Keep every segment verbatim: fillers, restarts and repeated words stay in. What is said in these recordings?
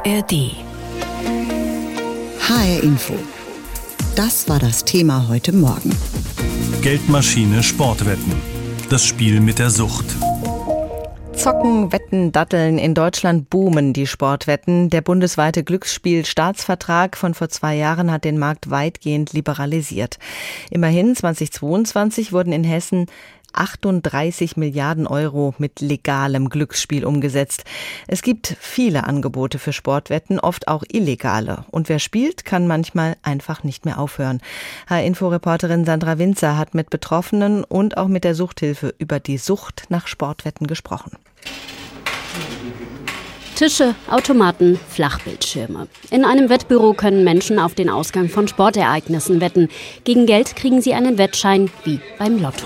R D. H R Info. Das war das Thema heute Morgen. Geldmaschine Sportwetten. Das Spiel mit der Sucht. Zocken, Wetten, Datteln. In Deutschland boomen die Sportwetten. Der bundesweite Glücksspielstaatsvertrag von vor zwei Jahren hat den Markt weitgehend liberalisiert. Immerhin zweitausendzweiundzwanzig wurden in Hessen achtunddreißig Milliarden Euro mit legalem Glücksspiel umgesetzt. Es gibt viele Angebote für Sportwetten, oft auch illegale. Und wer spielt, kann manchmal einfach nicht mehr aufhören. H R-Info-Reporterin Sandra Winzer hat mit Betroffenen und auch mit der Suchthilfe über die Sucht nach Sportwetten gesprochen. Tische, Automaten, Flachbildschirme. In einem Wettbüro können Menschen auf den Ausgang von Sportereignissen wetten. Gegen Geld kriegen sie einen Wettschein wie beim Lotto.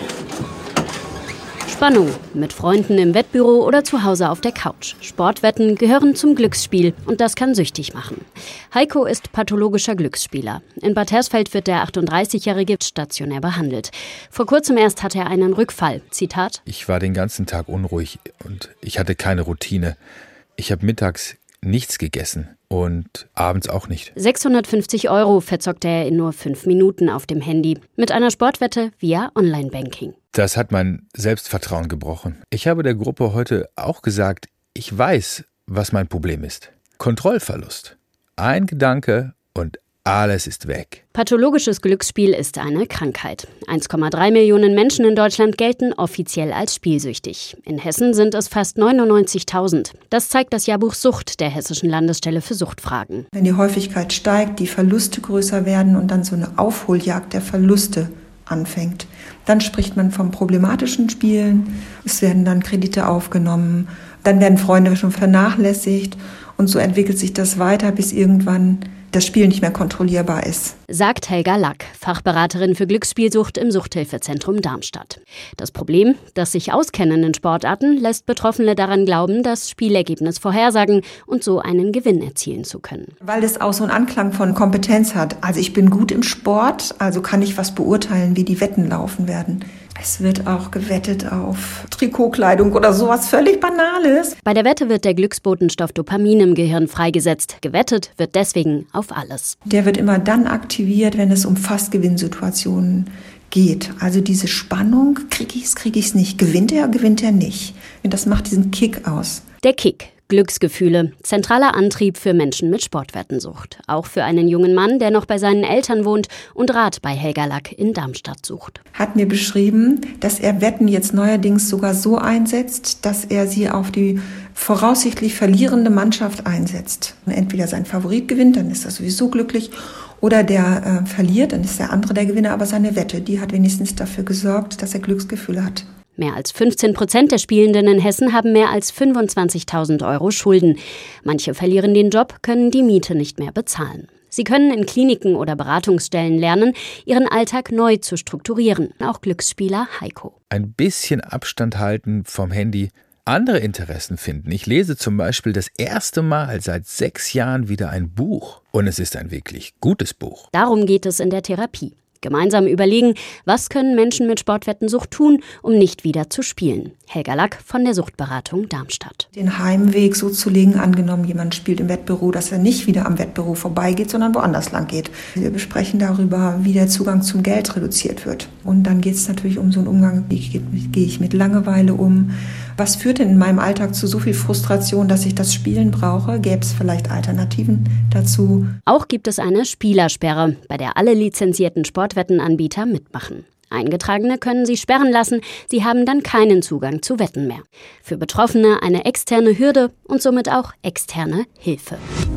Spannung mit Freunden im Wettbüro oder zu Hause auf der Couch. Sportwetten gehören zum Glücksspiel und das kann süchtig machen. Heiko ist pathologischer Glücksspieler. In Bad Hersfeld wird der achtunddreißigjährige stationär behandelt. Vor kurzem erst hatte er einen Rückfall. Zitat: Ich war den ganzen Tag unruhig und ich hatte keine Routine. Ich habe mittags nichts gegessen und abends auch nicht. sechshundertfünfzig Euro verzockte er in nur fünf Minuten auf dem Handy. Mit einer Sportwette via Online-Banking. Das hat mein Selbstvertrauen gebrochen. Ich habe der Gruppe heute auch gesagt, ich weiß, was mein Problem ist. Kontrollverlust. Ein Gedanke und alles ist weg. Pathologisches Glücksspiel ist eine Krankheit. eins Komma drei Millionen Menschen in Deutschland gelten offiziell als spielsüchtig. In Hessen sind es fast neunundneunzigtausend. Das zeigt das Jahrbuch Sucht der Hessischen Landesstelle für Suchtfragen. Wenn die Häufigkeit steigt, die Verluste größer werden und dann so eine Aufholjagd der Verluste anfängt, dann spricht man vom problematischen Spielen. Es werden dann Kredite aufgenommen, dann werden Freunde schon vernachlässigt und so entwickelt sich das weiter, bis irgendwann das Spiel nicht mehr kontrollierbar ist. Sagt Helga Lack, Fachberaterin für Glücksspielsucht im Suchthilfezentrum Darmstadt. Das Problem, das sich Auskennen in Sportarten, lässt Betroffene daran glauben, das Spielergebnis vorhersagen und so einen Gewinn erzielen zu können. Weil es auch so einen Anklang von Kompetenz hat. Also ich bin gut im Sport, also kann ich was beurteilen, wie die Wetten laufen werden. Es wird auch gewettet auf Trikotkleidung oder sowas völlig Banales. Bei der Wette wird der Glücksbotenstoff Dopamin im Gehirn freigesetzt. Gewettet wird deswegen auf alles. Der wird immer dann aktiviert, wenn es um Fast-Gewinnsituationen geht. Also diese Spannung, kriege ich es, kriege ich es nicht. Gewinnt er, gewinnt er nicht. Und das macht diesen Kick aus. Der Kick. Glücksgefühle, zentraler Antrieb für Menschen mit Sportwettensucht. Auch für einen jungen Mann, der noch bei seinen Eltern wohnt und Rat bei Helga Lack in Darmstadt sucht. Hat mir beschrieben, dass er Wetten jetzt neuerdings sogar so einsetzt, dass er sie auf die voraussichtlich verlierende Mannschaft einsetzt. Entweder sein Favorit gewinnt, dann ist er sowieso glücklich, oder der äh, verliert, dann ist der andere der Gewinner, aber seine Wette, die hat wenigstens dafür gesorgt, dass er Glücksgefühle hat. Mehr als fünfzehn Prozent der Spielenden in Hessen haben mehr als fünfundzwanzigtausend Euro Schulden. Manche verlieren den Job, können die Miete nicht mehr bezahlen. Sie können in Kliniken oder Beratungsstellen lernen, ihren Alltag neu zu strukturieren. Auch Glücksspieler Heiko. Ein bisschen Abstand halten vom Handy, andere Interessen finden. Ich lese zum Beispiel das erste Mal seit sechs Jahren wieder ein Buch. Und es ist ein wirklich gutes Buch. Darum geht es in der Therapie. Gemeinsam überlegen, was können Menschen mit Sportwettensucht tun, um nicht wieder zu spielen. Helga Lack von der Suchtberatung Darmstadt. Den Heimweg so zu legen, angenommen jemand spielt im Wettbüro, dass er nicht wieder am Wettbüro vorbeigeht, sondern woanders lang geht. Wir besprechen darüber, wie der Zugang zum Geld reduziert wird. Und dann geht es natürlich um so einen Umgang, wie gehe ich mit Langeweile um? Was führt denn in meinem Alltag zu so viel Frustration, dass ich das Spielen brauche? Gäbe es vielleicht Alternativen dazu? Auch gibt es eine Spielersperre, bei der alle lizenzierten Sportwettenanbieter mitmachen. Eingetragene können sie sperren lassen, sie haben dann keinen Zugang zu Wetten mehr. Für Betroffene eine externe Hürde und somit auch externe Hilfe.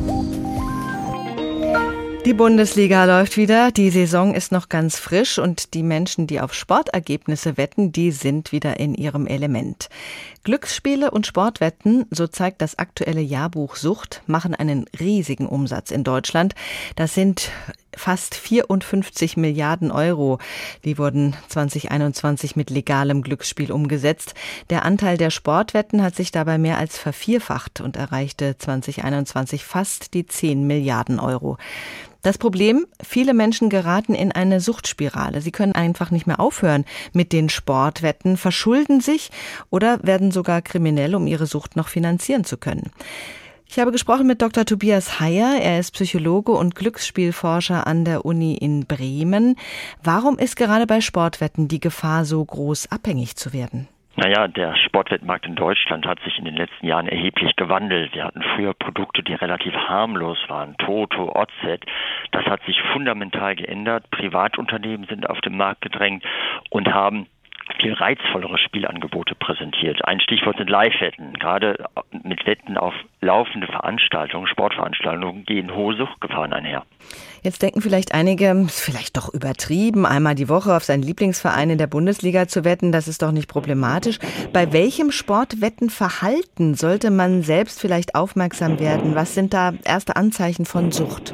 Die Bundesliga läuft wieder, die Saison ist noch ganz frisch und die Menschen, die auf Sportergebnisse wetten, die sind wieder in ihrem Element. Glücksspiele und Sportwetten, so zeigt das aktuelle Jahrbuch Sucht, machen einen riesigen Umsatz in Deutschland. Das sind fast vierundfünfzig Milliarden Euro. Die wurden zwanzig einundzwanzig mit legalem Glücksspiel umgesetzt. Der Anteil der Sportwetten hat sich dabei mehr als vervierfacht und erreichte zwanzig einundzwanzig fast die zehn Milliarden Euro. Das Problem, viele Menschen geraten in eine Suchtspirale. Sie können einfach nicht mehr aufhören mit den Sportwetten, verschulden sich oder werden sogar kriminell, um ihre Sucht noch finanzieren zu können. Ich habe gesprochen mit Doktor Tobias Heyer. Er ist Psychologe und Glücksspielforscher an der Uni in Bremen. Warum ist gerade bei Sportwetten die Gefahr so groß, abhängig zu werden? Naja, der Sportwettenmarkt in Deutschland hat sich in den letzten Jahren erheblich gewandelt. Wir hatten früher Produkte, die relativ harmlos waren, Toto, Oddset. Das hat sich fundamental geändert. Privatunternehmen sind auf den Markt gedrängt und haben viel reizvollere Spielangebote präsentiert. Ein Stichwort sind Live-Wetten. Gerade mit Wetten auf laufende Veranstaltungen, Sportveranstaltungen, gehen hohe Suchtgefahren einher. Jetzt denken vielleicht einige, vielleicht doch übertrieben, einmal die Woche auf seinen Lieblingsverein in der Bundesliga zu wetten, das ist doch nicht problematisch. Bei welchem Sportwettenverhalten sollte man selbst vielleicht aufmerksam werden? Was sind da erste Anzeichen von Sucht?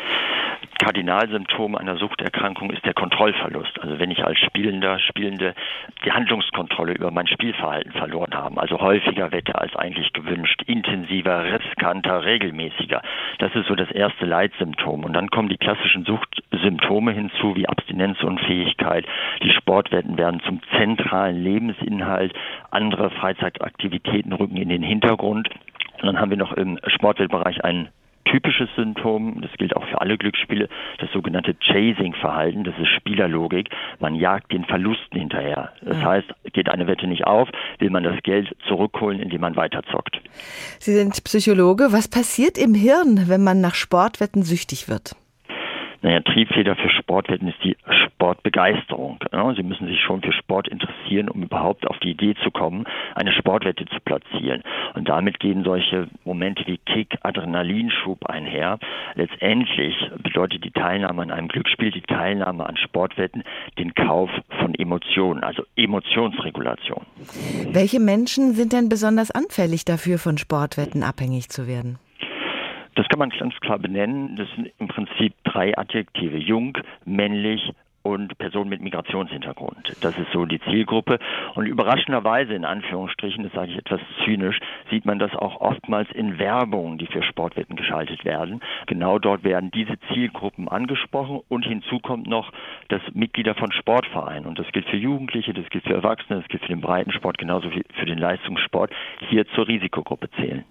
Kardinalsymptom einer Suchterkrankung ist der Kontrollverlust. Also wenn ich als Spielender, Spielende die Handlungskontrolle über mein Spielverhalten verloren habe, also häufiger wette als eigentlich gewünscht, intensiver, riskanter, regelmäßiger. Das ist so das erste Leitsymptom. Und dann kommen die klassischen Suchtsymptome hinzu, wie Abstinenzunfähigkeit. Die Sportwetten werden zum zentralen Lebensinhalt. Andere Freizeitaktivitäten rücken in den Hintergrund. Und dann haben wir noch im Sportwettbereich einen typisches Symptom, das gilt auch für alle Glücksspiele, das sogenannte Chasing-Verhalten, das ist Spielerlogik. Man jagt den Verlusten hinterher. Das ja. heißt, geht eine Wette nicht auf, will man das Geld zurückholen, indem man weiterzockt. Sie sind Psychologe. Was passiert im Hirn, wenn man nach Sportwetten süchtig wird? Naja, Triebfeder für Sportwetten ist die Sportbegeisterung. Sie müssen sich schon für Sport interessieren, um überhaupt auf die Idee zu kommen, eine Sportwette zu platzieren. Und damit gehen solche Momente wie Kick, Adrenalinschub einher. Letztendlich bedeutet die Teilnahme an einem Glücksspiel, die Teilnahme an Sportwetten, den Kauf von Emotionen, also Emotionsregulation. Welche Menschen sind denn besonders anfällig dafür, von Sportwetten abhängig zu werden? Das kann man ganz klar benennen. Das sind im Prinzip drei Adjektive. Jung, männlich und Personen mit Migrationshintergrund. Das ist so die Zielgruppe. Und überraschenderweise, in Anführungsstrichen, das sage ich etwas zynisch, sieht man das auch oftmals in Werbung, die für Sportwetten geschaltet werden. Genau dort werden diese Zielgruppen angesprochen und hinzu kommt noch das Mitglieder von Sportvereinen. Und das gilt für Jugendliche, das gilt für Erwachsene, das gilt für den Breitensport, genauso wie für den Leistungssport, hier zur Risikogruppe zählen.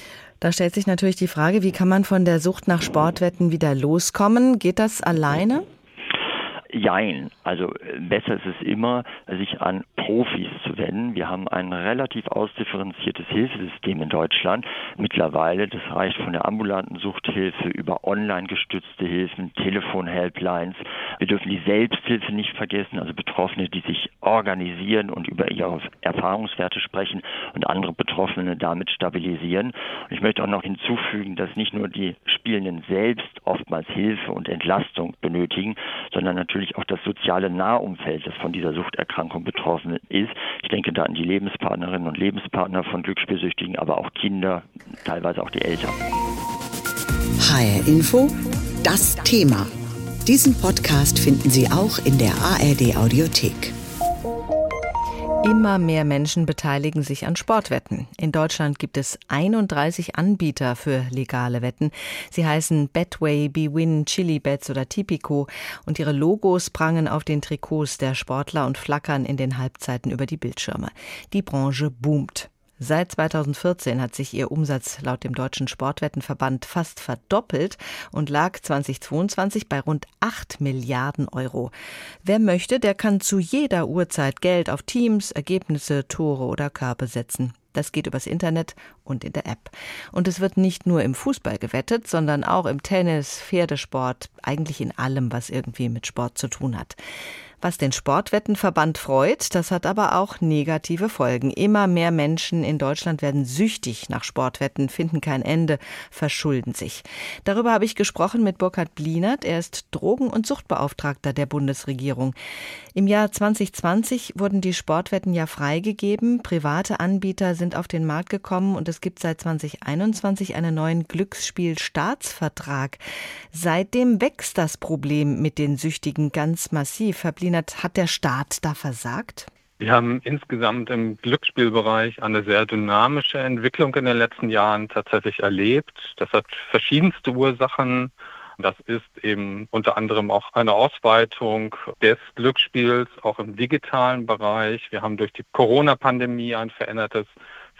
Da stellt sich natürlich die Frage, wie kann man von der Sucht nach Sportwetten wieder loskommen? Geht das alleine? Jein. Also besser ist es immer, sich an Profis zu wenden. Wir haben ein relativ ausdifferenziertes Hilfesystem in Deutschland mittlerweile. Das reicht von der ambulanten Suchthilfe über online gestützte Hilfen, Telefon-Helplines. Wir dürfen die Selbsthilfe nicht vergessen, also Betroffene, die sich organisieren und über ihre Erfahrungswerte sprechen und andere Betroffene damit stabilisieren. Und ich möchte auch noch hinzufügen, dass nicht nur die Spielenden selbst oftmals Hilfe und Entlastung benötigen, sondern natürlich auch das soziale Nahumfeld, das von dieser Suchterkrankung betroffen ist. Ich denke da an die Lebenspartnerinnen und Lebenspartner von Glücksspielsüchtigen, aber auch Kinder, teilweise auch die Eltern. H R Info, das Thema. Diesen Podcast finden Sie auch in der A R D Audiothek. Immer mehr Menschen beteiligen sich an Sportwetten. In Deutschland gibt es einunddreißig Anbieter für legale Wetten. Sie heißen Betway, Bwin, Chilibets oder Tipico und ihre Logos prangen auf den Trikots der Sportler und flackern in den Halbzeiten über die Bildschirme. Die Branche boomt. Seit zweitausendvierzehn hat sich ihr Umsatz laut dem Deutschen Sportwettenverband fast verdoppelt und lag zweitausendzweiundzwanzig bei rund acht Milliarden Euro. Wer möchte, der kann zu jeder Uhrzeit Geld auf Teams, Ergebnisse, Tore oder Körbe setzen. Das geht übers Internet und in der App. Und es wird nicht nur im Fußball gewettet, sondern auch im Tennis, Pferdesport, eigentlich in allem, was irgendwie mit Sport zu tun hat. Was den Sportwettenverband freut, das hat aber auch negative Folgen. Immer mehr Menschen in Deutschland werden süchtig nach Sportwetten, finden kein Ende, verschulden sich. Darüber habe ich gesprochen mit Burkhard Blinert. Er ist Drogen- und Suchtbeauftragter der Bundesregierung. Im Jahr zwanzig zwanzig wurden die Sportwetten ja freigegeben. Private Anbieter sind auf den Markt gekommen und es gibt seit zwanzig einundzwanzig einen neuen Glücksspielstaatsvertrag. Seitdem wächst das Problem mit den Süchtigen ganz massiv. Herr Blinert, hat der Staat da versagt? Wir haben insgesamt im Glücksspielbereich eine sehr dynamische Entwicklung in den letzten Jahren tatsächlich erlebt. Das hat verschiedenste Ursachen. Das ist eben unter anderem auch eine Ausweitung des Glücksspiels, auch im digitalen Bereich. Wir haben durch die Corona-Pandemie ein verändertes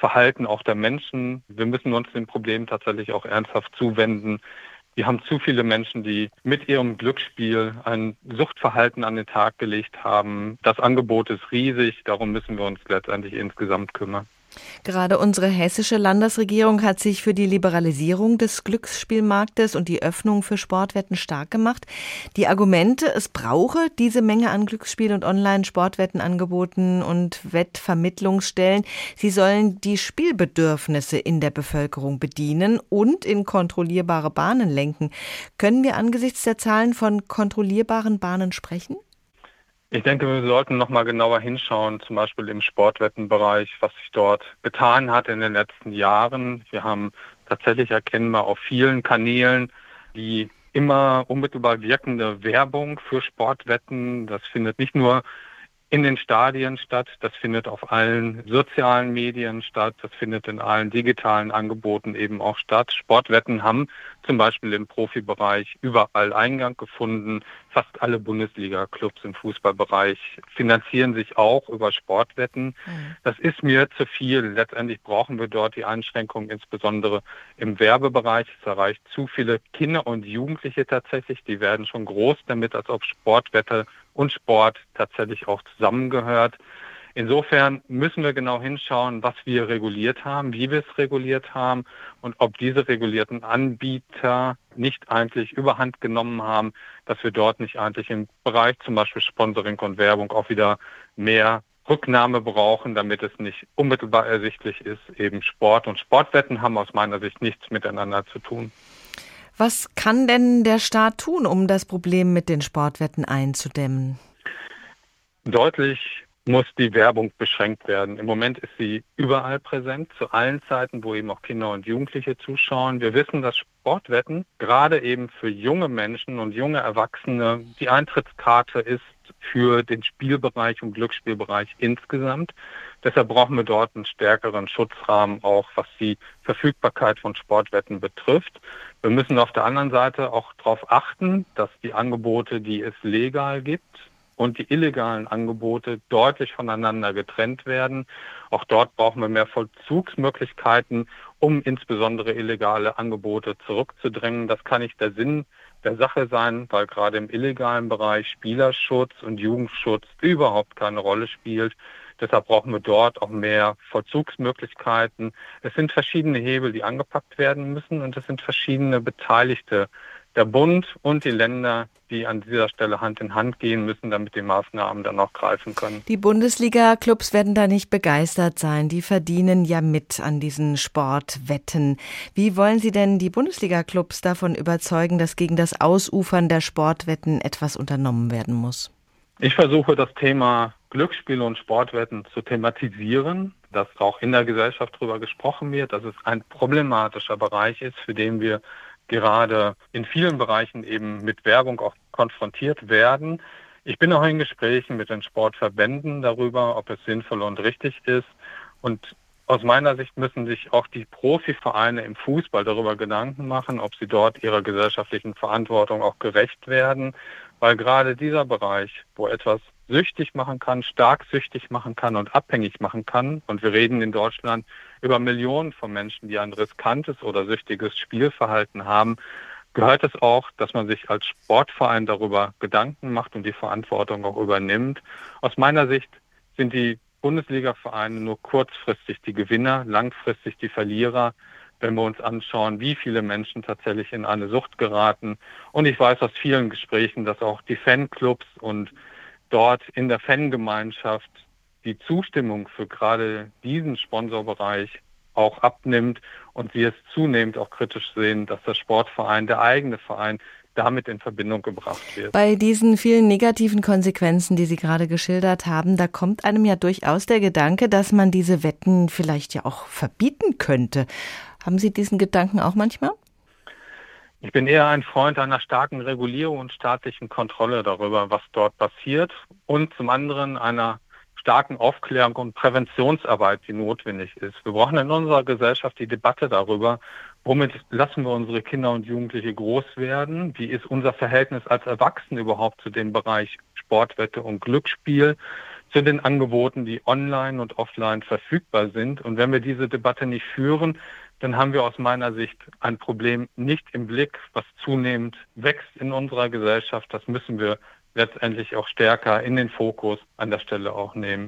Verhalten auch der Menschen. Wir müssen uns dem Problem tatsächlich auch ernsthaft zuwenden. Wir haben zu viele Menschen, die mit ihrem Glücksspiel ein Suchtverhalten an den Tag gelegt haben. Das Angebot ist riesig, darum müssen wir uns letztendlich insgesamt kümmern. Gerade unsere hessische Landesregierung hat sich für die Liberalisierung des Glücksspielmarktes und die Öffnung für Sportwetten stark gemacht. Die Argumente, es brauche diese Menge an Glücksspiel- und Online-Sportwettenangeboten und Wettvermittlungsstellen, sie sollen die Spielbedürfnisse in der Bevölkerung bedienen und in kontrollierbare Bahnen lenken. Können wir angesichts der Zahlen von kontrollierbaren Bahnen sprechen? Ich denke, wir sollten noch mal genauer hinschauen, zum Beispiel im Sportwettenbereich, was sich dort getan hat in den letzten Jahren. Wir haben tatsächlich erkennbar auf vielen Kanälen die immer unmittelbar wirkende Werbung für Sportwetten. Das findet nicht nur in den Stadien statt, das findet auf allen sozialen Medien statt, das findet in allen digitalen Angeboten eben auch statt. Sportwetten haben zum Beispiel im Profibereich überall Eingang gefunden. Fast alle Bundesliga-Clubs im Fußballbereich finanzieren sich auch über Sportwetten. Mhm. Das ist mir zu viel. Letztendlich brauchen wir dort die Einschränkungen, insbesondere im Werbebereich. Es erreicht zu viele Kinder und Jugendliche tatsächlich. Die werden schon groß damit, als ob Sportwette und Sport tatsächlich auch zusammengehört. Insofern müssen wir genau hinschauen, was wir reguliert haben, wie wir es reguliert haben und ob diese regulierten Anbieter nicht eigentlich Überhand genommen haben, dass wir dort nicht eigentlich im Bereich zum Beispiel Sponsoring und Werbung auch wieder mehr Rücknahme brauchen, damit es nicht unmittelbar ersichtlich ist. Eben Sport und Sportwetten haben aus meiner Sicht nichts miteinander zu tun. Was kann denn der Staat tun, um das Problem mit den Sportwetten einzudämmen? Deutlich muss die Werbung beschränkt werden. Im Moment ist sie überall präsent, zu allen Zeiten, wo eben auch Kinder und Jugendliche zuschauen. Wir wissen, dass Sportwetten gerade eben für junge Menschen und junge Erwachsene die Eintrittskarte ist für den Spielbereich und Glücksspielbereich insgesamt. Deshalb brauchen wir dort einen stärkeren Schutzrahmen, auch was die Verfügbarkeit von Sportwetten betrifft. Wir müssen auf der anderen Seite auch darauf achten, dass die Angebote, die es legal gibt, und die illegalen Angebote deutlich voneinander getrennt werden. Auch dort brauchen wir mehr Vollzugsmöglichkeiten, um insbesondere illegale Angebote zurückzudrängen. Das kann nicht der Sinn der Sache sein, weil gerade im illegalen Bereich Spielerschutz und Jugendschutz überhaupt keine Rolle spielt. Deshalb brauchen wir dort auch mehr Vollzugsmöglichkeiten. Es sind verschiedene Hebel, die angepackt werden müssen, und es sind verschiedene Beteiligte. Der Bund und die Länder, die an dieser Stelle Hand in Hand gehen müssen, damit die Maßnahmen dann auch greifen können. Die Bundesliga-Clubs werden da nicht begeistert sein. Die verdienen ja mit an diesen Sportwetten. Wie wollen Sie denn die Bundesliga-Clubs davon überzeugen, dass gegen das Ausufern der Sportwetten etwas unternommen werden muss? Ich versuche, das Thema Glücksspiele und Sportwetten zu thematisieren, dass auch in der Gesellschaft darüber gesprochen wird, dass es ein problematischer Bereich ist, für den wir gerade in vielen Bereichen eben mit Werbung auch konfrontiert werden. Ich bin auch in Gesprächen mit den Sportverbänden darüber, ob es sinnvoll und richtig ist. Und aus meiner Sicht müssen sich auch die Profivereine im Fußball darüber Gedanken machen, ob sie dort ihrer gesellschaftlichen Verantwortung auch gerecht werden. Weil gerade dieser Bereich, wo etwas süchtig machen kann, stark süchtig machen kann und abhängig machen kann, und wir reden in Deutschland über Millionen von Menschen, die ein riskantes oder süchtiges Spielverhalten haben, gehört es auch, dass man sich als Sportverein darüber Gedanken macht und die Verantwortung auch übernimmt. Aus meiner Sicht sind die Bundesliga-Vereine nur kurzfristig die Gewinner, langfristig die Verlierer, wenn wir uns anschauen, wie viele Menschen tatsächlich in eine Sucht geraten. Und ich weiß aus vielen Gesprächen, dass auch die Fanclubs und dort in der Fangemeinschaft die Zustimmung für gerade diesen Sponsorbereich auch abnimmt und wir es zunehmend auch kritisch sehen, dass der Sportverein, der eigene Verein, damit in Verbindung gebracht wird. Bei diesen vielen negativen Konsequenzen, die Sie gerade geschildert haben, da kommt einem ja durchaus der Gedanke, dass man diese Wetten vielleicht ja auch verbieten könnte. Haben Sie diesen Gedanken auch manchmal? Ich bin eher ein Freund einer starken Regulierung und staatlichen Kontrolle darüber, was dort passiert, und zum anderen einer starken Aufklärung und Präventionsarbeit, die notwendig ist. Wir brauchen in unserer Gesellschaft die Debatte darüber, womit lassen wir unsere Kinder und Jugendliche groß werden? Wie ist unser Verhältnis als Erwachsene überhaupt zu dem Bereich Sportwette und Glücksspiel? zu den Angeboten, die online und offline verfügbar sind. Und wenn wir diese Debatte nicht führen, dann haben wir aus meiner Sicht ein Problem nicht im Blick, was zunehmend wächst in unserer Gesellschaft. Das müssen wir letztendlich auch stärker in den Fokus an der Stelle auch nehmen.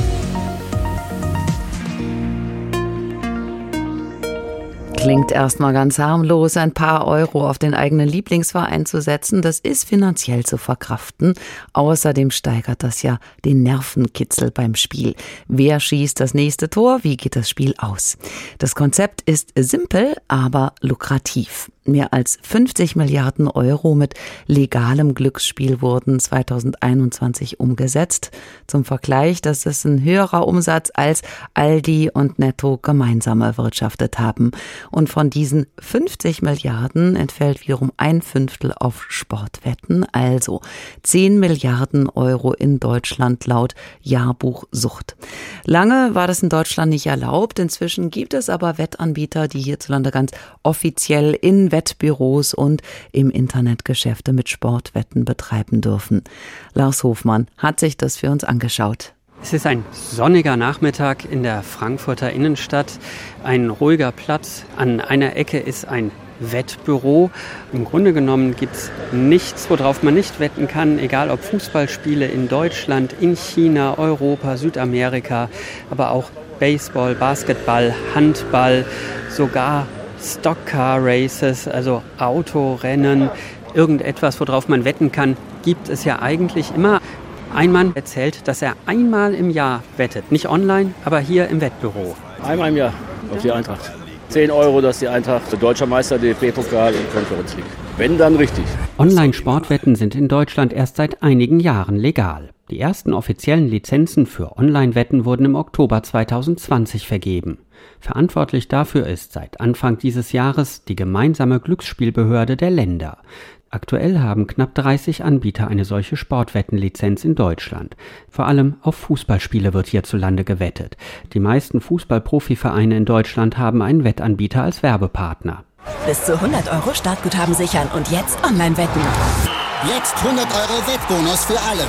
Klingt erstmal ganz harmlos, ein paar Euro auf den eigenen Lieblingsverein zu setzen, das ist finanziell zu verkraften. Außerdem steigert das ja den Nervenkitzel beim Spiel. Wer schießt das nächste Tor? Wie geht das Spiel aus? Das Konzept ist simpel, aber lukrativ. Mehr als fünfzig Milliarden Euro mit legalem Glücksspiel wurden zweitausendeinundzwanzig umgesetzt. Zum Vergleich, das ist ein höherer Umsatz, als Aldi und Netto gemeinsam erwirtschaftet haben. Und von diesen fünfzig Milliarden entfällt wiederum ein Fünftel auf Sportwetten, also zehn Milliarden Euro in Deutschland laut Jahrbuch Sucht. Lange war das in Deutschland nicht erlaubt. Inzwischen gibt es aber Wettanbieter, die hierzulande ganz offiziell in Wettbüros und im Internet Geschäfte mit Sportwetten betreiben dürfen. Lars Hofmann hat sich das für uns angeschaut. Es ist ein sonniger Nachmittag in der Frankfurter Innenstadt. Ein ruhiger Platz. An einer Ecke ist ein Wettbüro. Im Grunde genommen gibt es nichts, worauf man nicht wetten kann, egal ob Fußballspiele in Deutschland, in China, Europa, Südamerika, aber auch Baseball, Basketball, Handball, sogar Stockcar-Races, also Autorennen, irgendetwas, worauf man wetten kann, gibt es ja eigentlich immer. Ein Mann erzählt, dass er einmal im Jahr wettet. Nicht online, aber hier im Wettbüro. Einmal im Jahr auf die Eintracht. zehn Euro, dass die Eintracht Deutscher Meister, D F B-Pokal und Conference League. Wenn, dann richtig. Online-Sportwetten sind in Deutschland erst seit einigen Jahren legal. Die ersten offiziellen Lizenzen für Online-Wetten wurden im Oktober zweitausendzwanzig vergeben. Verantwortlich dafür ist seit Anfang dieses Jahres die gemeinsame Glücksspielbehörde der Länder. Aktuell haben knapp dreißig Anbieter eine solche Sportwettenlizenz in Deutschland. Vor allem auf Fußballspiele wird hierzulande gewettet. Die meisten Fußball-Profivereine in Deutschland haben einen Wettanbieter als Werbepartner. Bis zu hundert Euro Startguthaben sichern und jetzt online wetten. Jetzt hundert Euro Wettbonus für alle.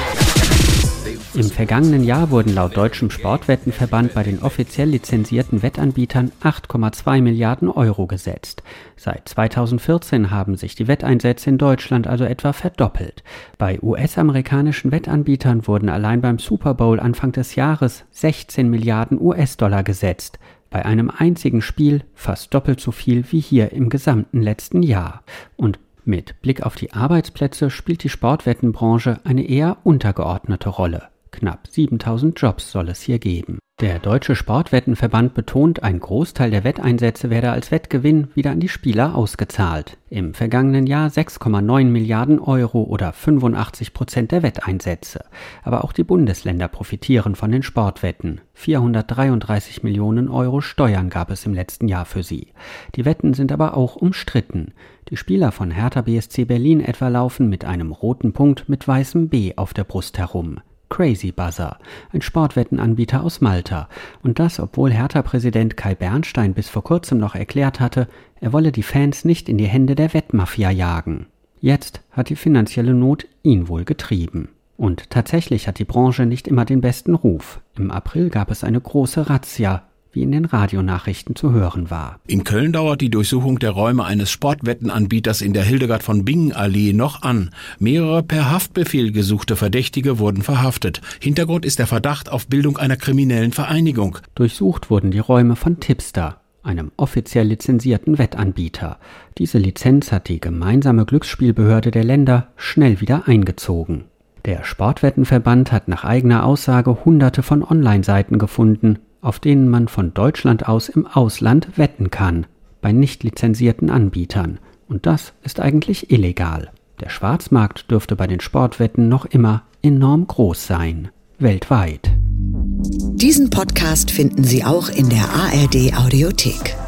Im vergangenen Jahr wurden laut Deutschem Sportwettenverband bei den offiziell lizenzierten Wettanbietern acht Komma zwei Milliarden Euro gesetzt. Seit zweitausendvierzehn haben sich die Wetteinsätze in Deutschland also etwa verdoppelt. Bei U S-amerikanischen Wettanbietern wurden allein beim Super Bowl Anfang des Jahres sechzehn Milliarden U S-Dollar gesetzt. Bei einem einzigen Spiel fast doppelt so viel wie hier im gesamten letzten Jahr. Und mit Blick auf die Arbeitsplätze spielt die Sportwettenbranche eine eher untergeordnete Rolle. Knapp siebentausend Jobs soll es hier geben. Der Deutsche Sportwettenverband betont, ein Großteil der Wetteinsätze werde als Wettgewinn wieder an die Spieler ausgezahlt. Im vergangenen Jahr sechs Komma neun Milliarden Euro oder fünfundachtzig Prozent der Wetteinsätze. Aber auch die Bundesländer profitieren von den Sportwetten. vierhundertdreiunddreißig Millionen Euro Steuern gab es im letzten Jahr für sie. Die Wetten sind aber auch umstritten. Die Spieler von Hertha B S C Berlin etwa laufen mit einem roten Punkt mit weißem B auf der Brust herum. Crazy Buzzer, ein Sportwettenanbieter aus Malta. Und das, obwohl Hertha-Präsident Kai Bernstein bis vor kurzem noch erklärt hatte, er wolle die Fans nicht in die Hände der Wettmafia jagen. Jetzt hat die finanzielle Not ihn wohl getrieben. Und tatsächlich hat die Branche nicht immer den besten Ruf. Im April gab es eine große Razzia, wie in den Radionachrichten zu hören war. In Köln dauert die Durchsuchung der Räume eines Sportwettenanbieters in der Hildegard von Bingen Allee noch an. Mehrere per Haftbefehl gesuchte Verdächtige wurden verhaftet. Hintergrund ist der Verdacht auf Bildung einer kriminellen Vereinigung. Durchsucht wurden die Räume von Tipster, einem offiziell lizenzierten Wettanbieter. Diese Lizenz hat die gemeinsame Glücksspielbehörde der Länder schnell wieder eingezogen. Der Sportwettenverband hat nach eigener Aussage Hunderte von Online-Seiten gefunden, auf denen man von Deutschland aus im Ausland wetten kann, bei nicht lizenzierten Anbietern. Und das ist eigentlich illegal. Der Schwarzmarkt dürfte bei den Sportwetten noch immer enorm groß sein, weltweit. Diesen Podcast finden Sie auch in der A R D Audiothek.